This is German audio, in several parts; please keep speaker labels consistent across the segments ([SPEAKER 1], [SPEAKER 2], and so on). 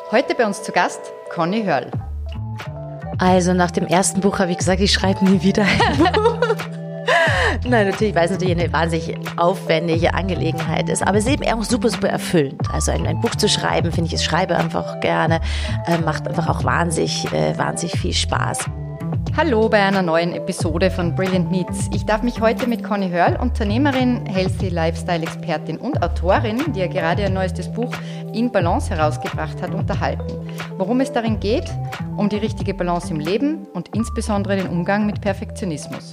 [SPEAKER 1] Heute bei uns zu Gast Conny Hörl.
[SPEAKER 2] Also nach dem ersten Buch habe ich gesagt, ich schreibe nie wieder ein Buch. Nein, natürlich, weil es natürlich eine wahnsinnig aufwendige Angelegenheit ist, aber es ist eben auch super, super erfüllend. Also ein Buch zu schreiben, finde ich schreibe einfach gerne, macht einfach auch wahnsinnig viel Spaß.
[SPEAKER 1] Hallo bei einer neuen Episode von Brilliant Meets. Ich darf mich heute mit Conny Hörl, Unternehmerin, Healthy Lifestyle-Expertin und Autorin, die ja gerade ihr neuestes Buch In Balance herausgebracht hat, unterhalten. Worum es darin geht? Um die richtige Balance im Leben und insbesondere den Umgang mit Perfektionismus.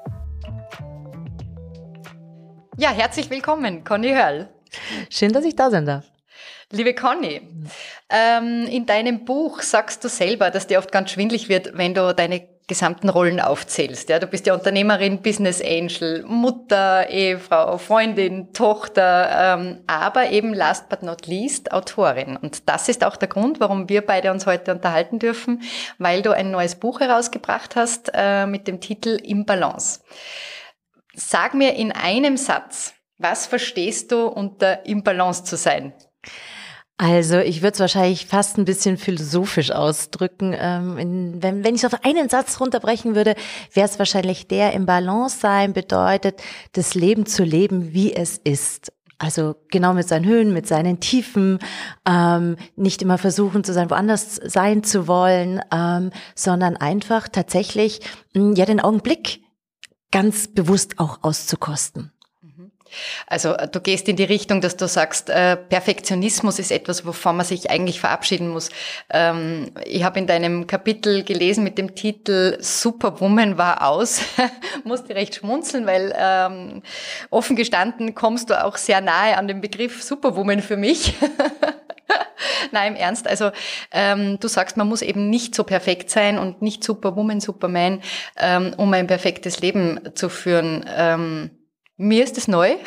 [SPEAKER 1] Ja, herzlich willkommen, Conny Hörl.
[SPEAKER 2] Schön, dass ich da sein darf.
[SPEAKER 1] Liebe Conny, in deinem Buch sagst du selber, dass dir oft ganz schwindelig wird, wenn du deine gesamten Rollen aufzählst. Ja, du bist ja Unternehmerin, Business Angel, Mutter, Ehefrau, Freundin, Tochter, aber eben last but not least Autorin. Und das ist auch der Grund, warum wir beide uns heute unterhalten dürfen, weil du ein neues Buch herausgebracht hast mit dem Titel In Balance. Sag mir in einem Satz, was verstehst du unter in Balance zu sein?
[SPEAKER 2] Also ich würde es wahrscheinlich fast ein bisschen philosophisch ausdrücken. Wenn ich es auf einen Satz runterbrechen würde, wäre es wahrscheinlich der: im Balance sein bedeutet, das Leben zu leben, wie es ist. Also genau mit seinen Höhen, mit seinen Tiefen, nicht immer versuchen zu sein, woanders sein zu wollen, sondern einfach tatsächlich den Augenblick ganz bewusst auch auszukosten.
[SPEAKER 1] Also du gehst in die Richtung, dass du sagst, Perfektionismus ist etwas, wovon man sich eigentlich verabschieden muss. Ich habe in deinem Kapitel gelesen mit dem Titel Superwoman war aus. Musste recht schmunzeln, weil offen gestanden kommst du auch sehr nahe an den Begriff Superwoman für mich. Nein, im Ernst. Also du sagst, man muss eben nicht so perfekt sein und nicht Superwoman, Superman, um ein perfektes Leben zu führen. Mir ist es neu.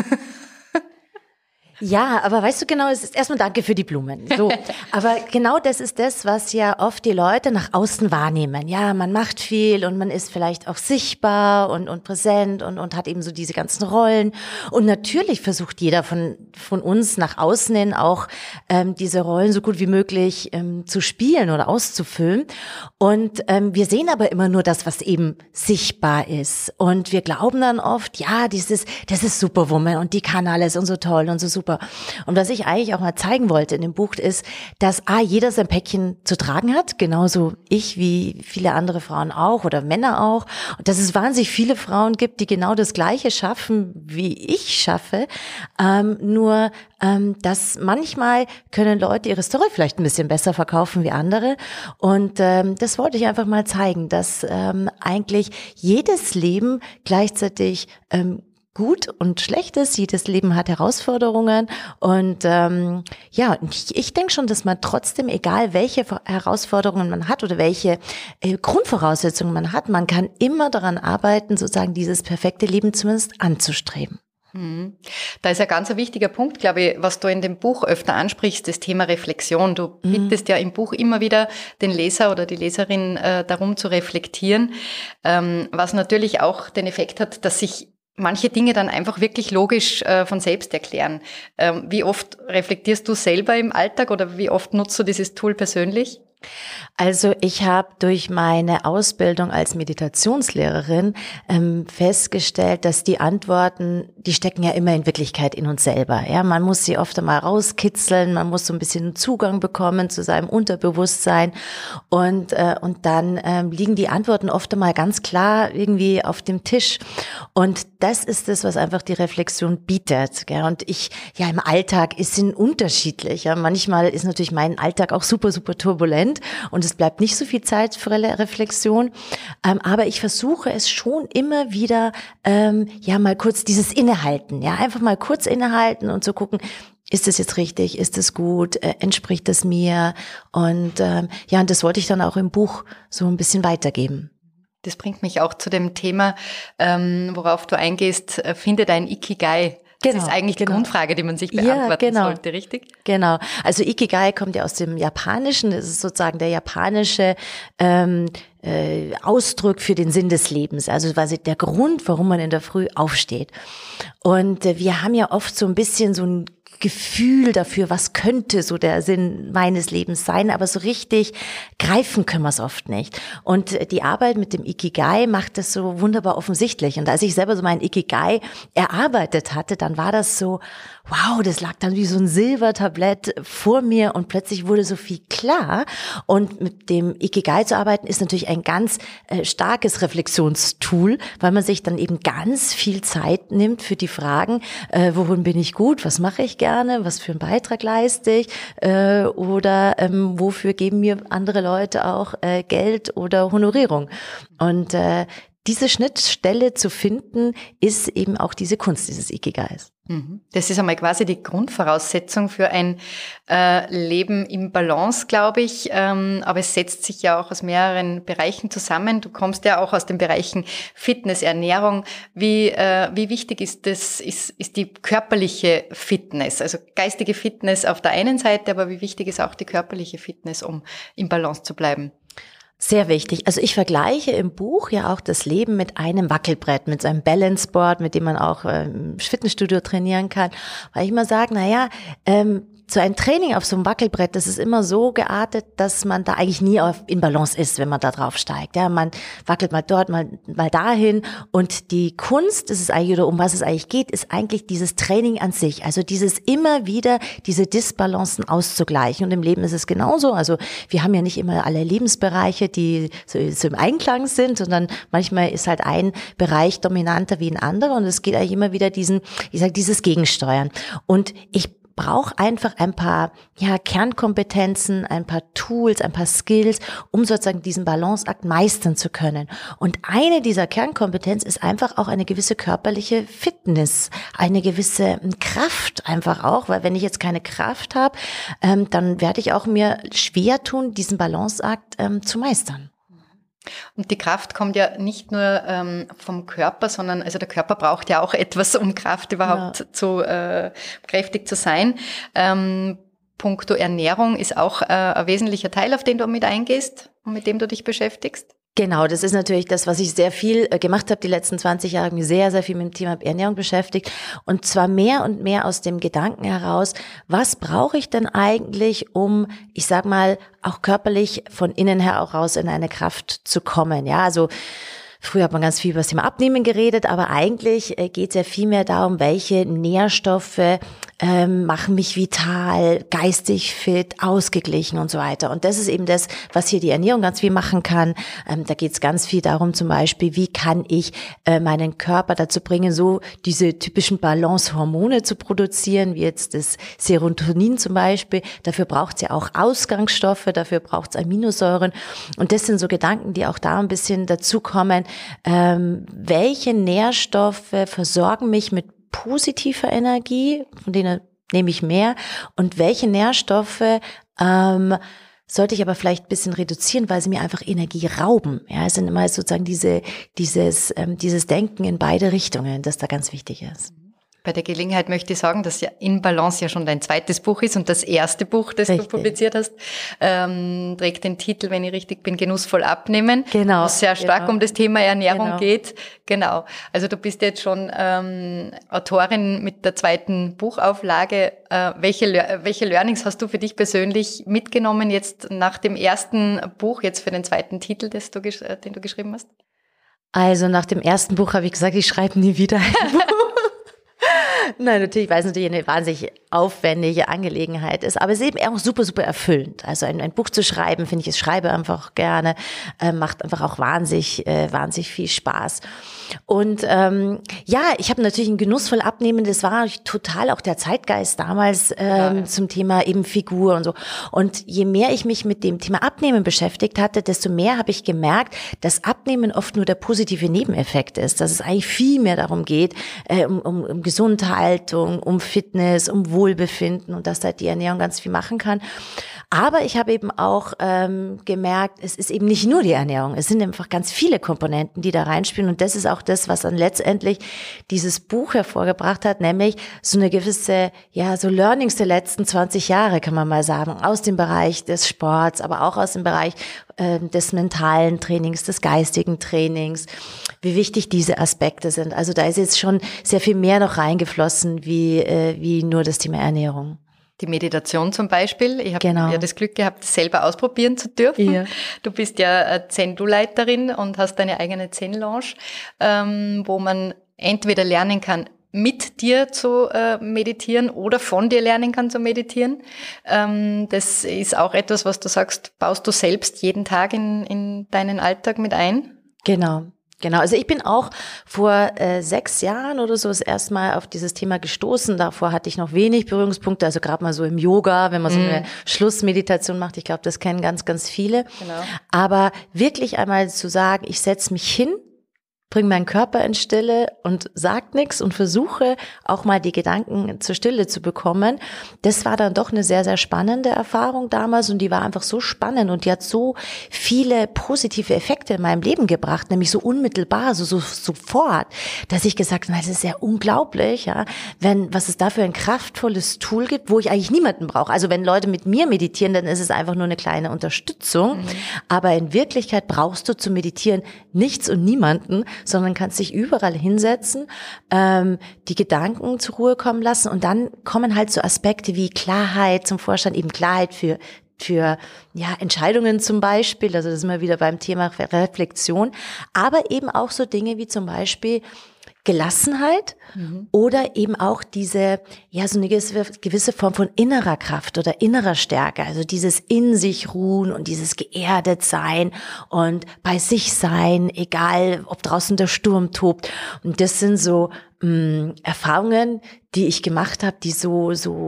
[SPEAKER 2] Ja, aber weißt du genau, es ist erstmal danke für die Blumen. So, aber genau das ist das, was ja oft die Leute nach außen wahrnehmen. Ja, man macht viel und man ist vielleicht auch sichtbar und präsent und hat eben so diese ganzen Rollen. Und natürlich versucht jeder von uns nach außen hin auch diese Rollen so gut wie möglich zu spielen oder auszufüllen. Und wir sehen aber immer nur das, was eben sichtbar ist. Und wir glauben dann oft, ja, das ist Superwoman und die kann alles und so toll und so super. Und was ich eigentlich auch mal zeigen wollte in dem Buch ist, dass jeder sein Päckchen zu tragen hat, genauso ich wie viele andere Frauen auch oder Männer auch. Und dass es wahnsinnig viele Frauen gibt, die genau das Gleiche schaffen, wie ich schaffe. Dass manchmal können Leute ihre Story vielleicht ein bisschen besser verkaufen wie andere. Und das wollte ich einfach mal zeigen, dass eigentlich jedes Leben gleichzeitig gut und schlecht ist. Jedes Leben hat Herausforderungen und ich denke schon, dass man trotzdem, egal welche Herausforderungen man hat oder welche Grundvoraussetzungen man hat, man kann immer daran arbeiten, sozusagen dieses perfekte Leben zumindest anzustreben.
[SPEAKER 1] Da ist ein ganz wichtiger Punkt, glaube ich, was du in dem Buch öfter ansprichst, das Thema Reflexion. Du bittest ja im Buch immer wieder den Leser oder die Leserin darum zu reflektieren, was natürlich auch den Effekt hat, dass sich manche Dinge dann einfach wirklich logisch von selbst erklären. Wie oft reflektierst du selber im Alltag oder wie oft nutzt du dieses Tool persönlich?
[SPEAKER 2] Also ich habe durch meine Ausbildung als Meditationslehrerin festgestellt, dass die Antworten, die stecken ja immer in Wirklichkeit in uns selber. Ja, man muss sie oft einmal rauskitzeln, man muss so ein bisschen Zugang bekommen zu seinem Unterbewusstsein und dann liegen die Antworten oft einmal ganz klar irgendwie auf dem Tisch. Und das ist es, was einfach die Reflexion bietet. Gell? Und im Alltag ist es unterschiedlich. Ja? Manchmal ist natürlich mein Alltag auch super, super turbulent und es bleibt nicht so viel Zeit für Reflexion. Aber ich versuche es schon immer wieder, mal kurz dieses Innehalten. Ja, einfach mal kurz innehalten und zu gucken, ist es jetzt richtig? Ist es gut? Entspricht es mir? Und und das wollte ich dann auch im Buch so ein bisschen weitergeben.
[SPEAKER 1] Das bringt mich auch zu dem Thema, worauf du eingehst, finde dein Ikigai. Das ist eigentlich die Grundfrage, die man sich beantworten sollte, richtig?
[SPEAKER 2] Genau. Also Ikigai kommt ja aus dem Japanischen. Das ist sozusagen der japanische Ausdruck für den Sinn des Lebens. Also quasi der Grund, warum man in der Früh aufsteht. Und wir haben ja oft so ein bisschen so ein Gefühl dafür, was könnte so der Sinn meines Lebens sein, aber so richtig greifen können wir es oft nicht. Und die Arbeit mit dem Ikigai macht das so wunderbar offensichtlich. Und als ich selber so mein Ikigai erarbeitet hatte, dann war das so, wow, das lag dann wie so ein Silbertablett vor mir und plötzlich wurde so viel klar. Und mit dem Ikigai zu arbeiten ist natürlich ein ganz starkes Reflexionstool, weil man sich dann eben ganz viel Zeit nimmt für die Fragen, worin bin ich gut, was mache ich gerne, was für einen Beitrag leiste ich oder wofür geben mir andere Leute auch Geld oder Honorierung. Und diese Schnittstelle zu finden, ist eben auch diese Kunst dieses Ikigais.
[SPEAKER 1] Das ist einmal quasi die Grundvoraussetzung für ein Leben im Balance, glaube ich. Aber es setzt sich ja auch aus mehreren Bereichen zusammen. Du kommst ja auch aus den Bereichen Fitness, Ernährung. Wie wichtig ist die körperliche Fitness? Also geistige Fitness auf der einen Seite, aber wie wichtig ist auch die körperliche Fitness, um im Balance zu bleiben?
[SPEAKER 2] Sehr wichtig. Also ich vergleiche im Buch ja auch das Leben mit einem Wackelbrett, mit so einem Balanceboard, mit dem man auch im Fitnessstudio trainieren kann. Weil ich immer sage, so ein Training auf so einem Wackelbrett, das ist immer so geartet, dass man da eigentlich nie in Balance ist, wenn man da drauf steigt. Ja, man wackelt mal dort, mal dahin. Und die Kunst, das ist eigentlich, oder um was es eigentlich geht, ist eigentlich dieses Training an sich. Also dieses immer wieder, diese Disbalancen auszugleichen. Und im Leben ist es genauso. Also wir haben ja nicht immer alle Lebensbereiche, die so im Einklang sind, sondern manchmal ist halt ein Bereich dominanter wie ein anderer. Und es geht eigentlich immer wieder dieses Gegensteuern. Und ich brauche einfach ein paar Kernkompetenzen, ein paar Tools, ein paar Skills, um sozusagen diesen Balanceakt meistern zu können. Und eine dieser Kernkompetenz ist einfach auch eine gewisse körperliche Fitness, eine gewisse Kraft einfach auch, weil wenn ich jetzt keine Kraft habe, dann werde ich auch mir schwer tun, diesen Balanceakt zu meistern.
[SPEAKER 1] Und die Kraft kommt ja nicht nur vom Körper, sondern also der Körper braucht ja auch etwas, um Kraft überhaupt kräftig zu sein. Puncto Ernährung ist auch ein wesentlicher Teil, auf den du mit eingehst und mit dem du dich beschäftigst.
[SPEAKER 2] Genau, das ist natürlich das, was ich sehr viel gemacht habe die letzten 20 Jahre, mich sehr, sehr viel mit dem Thema Ernährung beschäftigt und zwar mehr und mehr aus dem Gedanken heraus, was brauche ich denn eigentlich, um, ich sag mal, auch körperlich von innen heraus in eine Kraft zu kommen, ja, also früher hat man ganz viel über das Thema Abnehmen geredet, aber eigentlich geht es ja viel mehr darum, welche Nährstoffe machen mich vital, geistig fit, ausgeglichen und so weiter. Und das ist eben das, was hier die Ernährung ganz viel machen kann. Da geht es ganz viel darum, zum Beispiel, wie kann ich meinen Körper dazu bringen, so diese typischen Balance-Hormone zu produzieren, wie jetzt das Serotonin zum Beispiel. Dafür braucht es ja auch Ausgangsstoffe, dafür braucht es Aminosäuren. Und das sind so Gedanken, die auch da ein bisschen dazukommen. Welche Nährstoffe versorgen mich mit positiver Energie, von denen nehme ich mehr, und welche Nährstoffe sollte ich aber vielleicht ein bisschen reduzieren, weil sie mir einfach Energie rauben. Ja, es sind immer sozusagen dieses Denken in beide Richtungen, das da ganz wichtig ist.
[SPEAKER 1] Bei der Gelegenheit möchte ich sagen, dass ja In Balance ja schon dein zweites Buch ist und das erste Buch, das
[SPEAKER 2] Richtig.
[SPEAKER 1] Du publiziert hast, trägt den Titel, wenn ich richtig bin, Genussvoll abnehmen.
[SPEAKER 2] Genau.
[SPEAKER 1] Wo es sehr stark um das Thema Ernährung geht. Genau. Also du bist jetzt schon Autorin mit der zweiten Buchauflage. Welche Learnings hast du für dich persönlich mitgenommen jetzt nach dem ersten Buch, jetzt für den zweiten Titel, den du geschrieben hast?
[SPEAKER 2] Also nach dem ersten Buch habe ich gesagt, ich schreibe nie wieder ein Buch. Nein, natürlich, weil es natürlich eine wahnsinnig aufwendige Angelegenheit ist, aber es ist eben auch super, super erfüllend. Also ein Buch zu schreiben, finde ich schreibe einfach gerne, macht einfach auch wahnsinnig viel Spaß. Und ich habe natürlich ein genussvoll Abnehmen, das war total auch der Zeitgeist damals zum Thema eben Figur und so. Und je mehr ich mich mit dem Thema Abnehmen beschäftigt hatte, desto mehr habe ich gemerkt, dass Abnehmen oft nur der positive Nebeneffekt ist, dass es eigentlich viel mehr darum geht, um Gesundheit, um Fitness, um Wohlbefinden und dass da die Ernährung ganz viel machen kann. Aber ich habe eben auch gemerkt, es ist eben nicht nur die Ernährung, es sind einfach ganz viele Komponenten, die da reinspielen und das ist auch das, was dann letztendlich dieses Buch hervorgebracht hat, nämlich so eine gewisse, ja, so Learnings der letzten 20 Jahre, kann man mal sagen, aus dem Bereich des Sports, aber auch aus dem Bereich des mentalen Trainings, des geistigen Trainings, wie wichtig diese Aspekte sind. Also da ist jetzt schon sehr viel mehr noch reingeflossen, wie nur das Thema Ernährung.
[SPEAKER 1] Die Meditation zum Beispiel. Ich habe ja das Glück gehabt, das selber ausprobieren zu dürfen. Ja. Du bist ja Zen-Do-Leiterin und hast deine eigene Zen-Lounge, wo man entweder lernen kann, mit dir zu meditieren oder von dir lernen kann zu meditieren. Das ist auch etwas, was du sagst, baust du selbst jeden Tag in deinen Alltag mit ein?
[SPEAKER 2] Genau. Also ich bin auch vor 6 Jahren oder so das erste Mal auf dieses Thema gestoßen. Davor hatte ich noch wenig Berührungspunkte, also gerade mal so im Yoga, wenn man so eine Schlussmeditation macht. Ich glaube, das kennen ganz, ganz viele. Genau. Aber wirklich einmal zu sagen, ich setze mich hin, bringe meinen Körper in Stille und sag nichts und versuche auch mal die Gedanken zur Stille zu bekommen. Das war dann doch eine sehr, sehr spannende Erfahrung damals und die war einfach so spannend und die hat so viele positive Effekte in meinem Leben gebracht, nämlich so unmittelbar, so sofort, dass ich gesagt habe, das ist ja unglaublich, ja, was es da für ein kraftvolles Tool gibt, wo ich eigentlich niemanden brauche. Also wenn Leute mit mir meditieren, dann ist es einfach nur eine kleine Unterstützung, aber in Wirklichkeit brauchst du zum Meditieren nichts und niemanden, sondern kannst dich überall hinsetzen, die Gedanken zur Ruhe kommen lassen und dann kommen halt so Aspekte wie Klarheit zum Vorschein, eben Klarheit für Entscheidungen zum Beispiel, also das sind wir wieder beim Thema Reflexion, aber eben auch so Dinge wie zum Beispiel Gelassenheit oder eben auch diese, ja, so eine gewisse Form von innerer Kraft oder innerer Stärke, also dieses in sich ruhen und dieses geerdet sein und bei sich sein, egal ob draußen der Sturm tobt. Und das sind so Erfahrungen, die ich gemacht habe, die so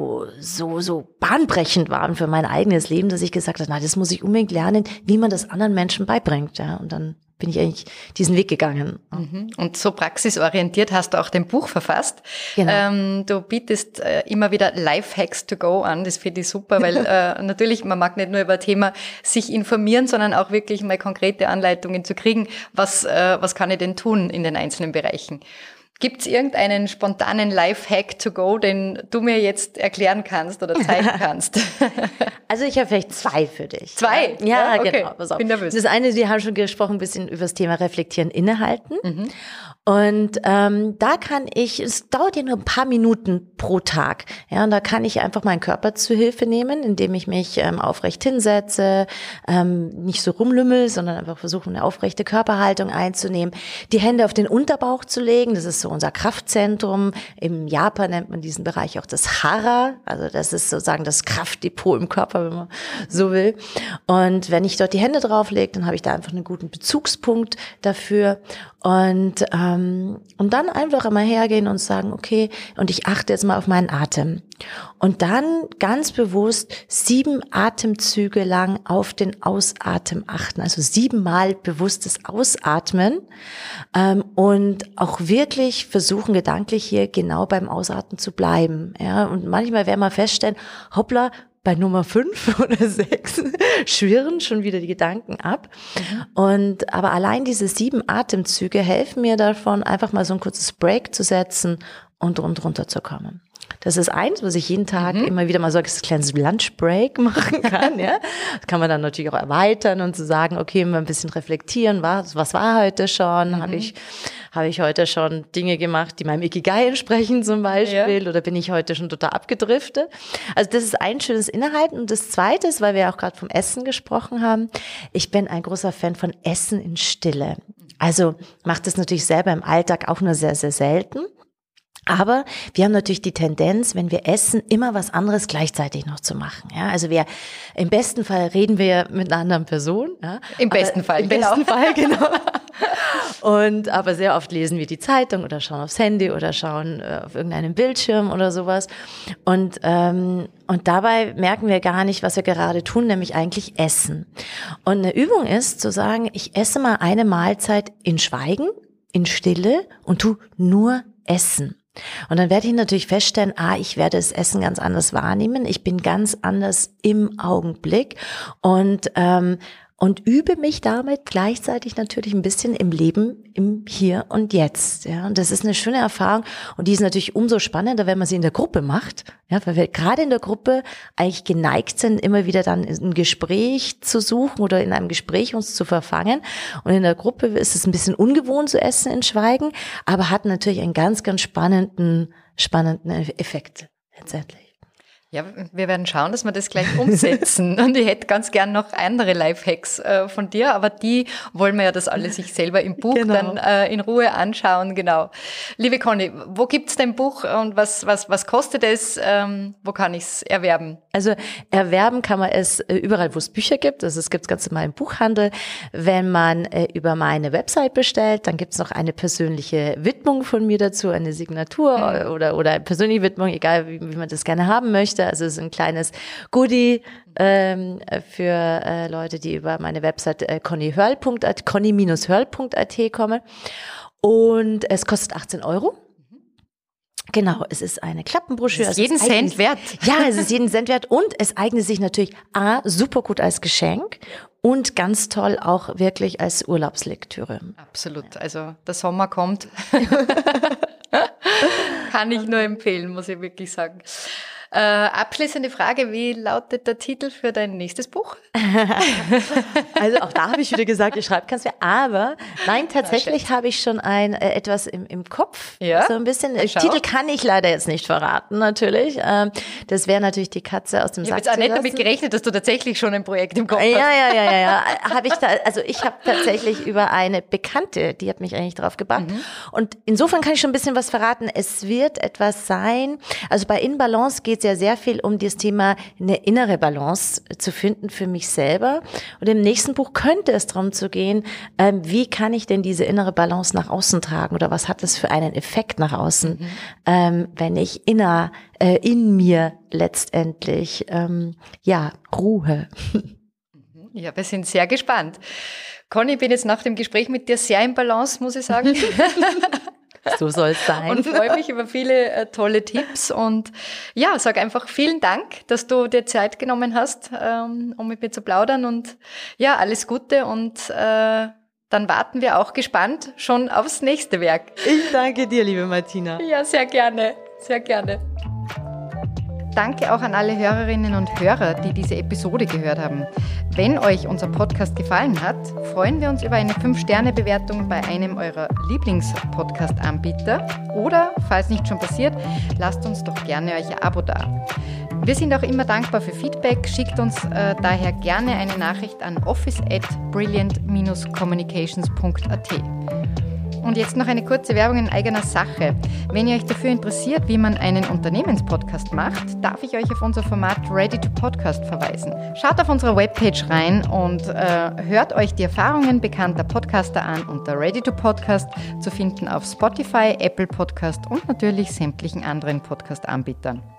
[SPEAKER 2] bahnbrechend waren für mein eigenes Leben, dass ich gesagt habe, das muss ich unbedingt lernen, wie man das anderen Menschen beibringt, ja, und dann bin ich eigentlich diesen Weg gegangen.
[SPEAKER 1] Und so praxisorientiert hast du auch dein Buch verfasst. Genau. Du bietest immer wieder Lifehacks to go an. Das finde ich super, weil natürlich, man mag nicht nur über Thema sich informieren, sondern auch wirklich mal konkrete Anleitungen zu kriegen. Was kann ich denn tun in den einzelnen Bereichen? Gibt es irgendeinen spontanen Lifehack to go, den du mir jetzt erklären kannst oder zeigen kannst?
[SPEAKER 2] Also ich habe vielleicht 2 für dich.
[SPEAKER 1] 2?
[SPEAKER 2] Ja, okay. Genau.
[SPEAKER 1] Pass auf. Bin nervös.
[SPEAKER 2] Das eine, die haben schon gesprochen, ein bisschen über das Thema Reflektieren, Innehalten. Und da kann ich, es dauert ja nur ein paar Minuten pro Tag, ja, und da kann ich einfach meinen Körper zu Hilfe nehmen, indem ich mich aufrecht hinsetze, nicht so rumlümmel, sondern einfach versuche, eine aufrechte Körperhaltung einzunehmen, die Hände auf den Unterbauch zu legen, das ist so unser Kraftzentrum. Im Japan nennt man diesen Bereich auch das Hara, also das ist sozusagen das Kraftdepot im Körper, wenn man so will. Und wenn ich dort die Hände drauflege, dann habe ich da einfach einen guten Bezugspunkt dafür. Und dann einfach immer hergehen und sagen, okay, und ich achte jetzt mal auf meinen Atem. Und dann ganz bewusst 7 Atemzüge lang auf den Ausatmen achten, also 7-mal bewusstes Ausatmen und auch wirklich versuchen, gedanklich hier genau beim Ausatmen zu bleiben. Ja, und manchmal werden wir feststellen, hoppla, bei Nummer 5 oder 6 schwirren schon wieder die Gedanken ab. Aber allein diese 7 Atemzüge helfen mir davon, einfach mal so ein kurzes Break zu setzen und runterzukommen. Das ist eins, was ich jeden Tag immer wieder mal so ein kleines Lunchbreak machen kann. Ja, das kann man dann natürlich auch erweitern und zu sagen, okay, mal ein bisschen reflektieren, was war heute schon? Habe ich heute schon Dinge gemacht, die meinem Ikigai entsprechen zum Beispiel? Ja. Oder bin ich heute schon total abgedriftet? Also das ist ein schönes Innehalten. Und das Zweite ist, weil wir ja auch gerade vom Essen gesprochen haben, ich bin ein großer Fan von Essen in Stille. Also mache das natürlich selber im Alltag auch nur sehr, sehr selten. Aber wir haben natürlich die Tendenz, wenn wir essen, immer was anderes gleichzeitig noch zu machen. Ja, also im besten Fall reden wir mit einer anderen Person. Ja,
[SPEAKER 1] Im besten Fall,
[SPEAKER 2] genau. Aber sehr oft lesen wir die Zeitung oder schauen aufs Handy oder schauen auf irgendeinen Bildschirm oder sowas. Und dabei merken wir gar nicht, was wir gerade tun, nämlich eigentlich essen. Und eine Übung ist zu sagen, ich esse mal eine Mahlzeit in Schweigen, in Stille und tu nur essen. Und dann werde ich natürlich feststellen, ich werde das Essen ganz anders wahrnehmen. Ich bin ganz anders im Augenblick und übe mich damit gleichzeitig natürlich ein bisschen im Leben, im Hier und Jetzt. Ja, und das ist eine schöne Erfahrung und die ist natürlich umso spannender, wenn man sie in der Gruppe macht. Ja, weil wir gerade in der Gruppe eigentlich geneigt sind, immer wieder dann ein Gespräch zu suchen oder in einem Gespräch uns zu verfangen. Und in der Gruppe ist es ein bisschen ungewohnt zu essen in Schweigen, aber hat natürlich einen ganz, ganz spannenden Effekt letztendlich.
[SPEAKER 1] Ja, wir werden schauen, dass wir das gleich umsetzen. Und ich hätte ganz gern noch andere Lifehacks von dir, aber die wollen wir ja das alles sich selber im Buch dann in Ruhe anschauen. Genau. Liebe Conny, wo gibt's dein Buch und was kostet es? Wo kann ich es erwerben?
[SPEAKER 2] Also erwerben kann man es überall, wo es Bücher gibt. Also es gibt es ganz normal im Buchhandel. Wenn man über meine Website bestellt, dann gibt es noch eine persönliche Widmung von mir dazu, eine Signatur oder eine persönliche Widmung, egal wie man das gerne haben möchte. Also es ist ein kleines Goodie für Leute, die über meine Website conny-hörl.at kommen. Und es kostet 18 €. Genau, es ist eine Klappenbroschüre.
[SPEAKER 1] Es ist jeden Cent wert.
[SPEAKER 2] Ja, es ist jeden Cent wert und es eignet sich natürlich super gut als Geschenk und ganz toll auch wirklich als Urlaubslektüre.
[SPEAKER 1] Absolut, also der Sommer kommt. Kann ich nur empfehlen, muss ich wirklich sagen. Abschließende Frage, wie lautet der Titel für dein nächstes Buch?
[SPEAKER 2] Also auch da habe ich wieder gesagt, ich schreibe ganz viel, aber nein, tatsächlich habe ich schon etwas im Kopf, so ein bisschen. Titel kann ich leider jetzt nicht verraten, natürlich. Das wäre natürlich die Katze aus dem Sack.
[SPEAKER 1] Ich habe jetzt auch nicht damit gerechnet, dass du tatsächlich schon ein Projekt im Kopf hast.
[SPEAKER 2] Ja. Ich habe tatsächlich über eine Bekannte, die hat mich eigentlich drauf gebracht. Und insofern kann ich schon ein bisschen was verraten. Es wird etwas sein, also bei In Balance geht es ja sehr viel um das Thema, eine innere Balance zu finden für mich selber. Und im nächsten Buch könnte es darum zu gehen, wie kann ich denn diese innere Balance nach außen tragen oder was hat das für einen Effekt nach außen, wenn ich in mir letztendlich ruhe.
[SPEAKER 1] Ja, wir sind sehr gespannt. Conny, ich bin jetzt nach dem Gespräch mit dir sehr im Balance, muss ich sagen.
[SPEAKER 2] So soll es sein.
[SPEAKER 1] Und freue mich über viele tolle Tipps und ja, sag einfach vielen Dank, dass du dir Zeit genommen hast, um mit mir zu plaudern und ja, alles Gute und dann warten wir auch gespannt schon aufs nächste Werk.
[SPEAKER 2] Ich danke dir, liebe Martina.
[SPEAKER 1] Ja, sehr gerne, sehr gerne. Danke auch an alle Hörerinnen und Hörer, die diese Episode gehört haben. Wenn euch unser Podcast gefallen hat, freuen wir uns über eine 5-Sterne-Bewertung bei einem eurer Lieblings-Podcast-Anbieter. Oder, falls nicht schon passiert, lasst uns doch gerne euch ein Abo da. Wir sind auch immer dankbar für Feedback. Schickt uns daher gerne eine Nachricht an office@brilliant-communications.at. Und jetzt noch eine kurze Werbung in eigener Sache. Wenn ihr euch dafür interessiert, wie man einen Unternehmenspodcast macht, darf ich euch auf unser Format Ready to Podcast verweisen. Schaut auf unserer Webpage rein und hört euch die Erfahrungen bekannter Podcaster an unter Ready to Podcast, zu finden auf Spotify, Apple Podcast und natürlich sämtlichen anderen Podcast-Anbietern.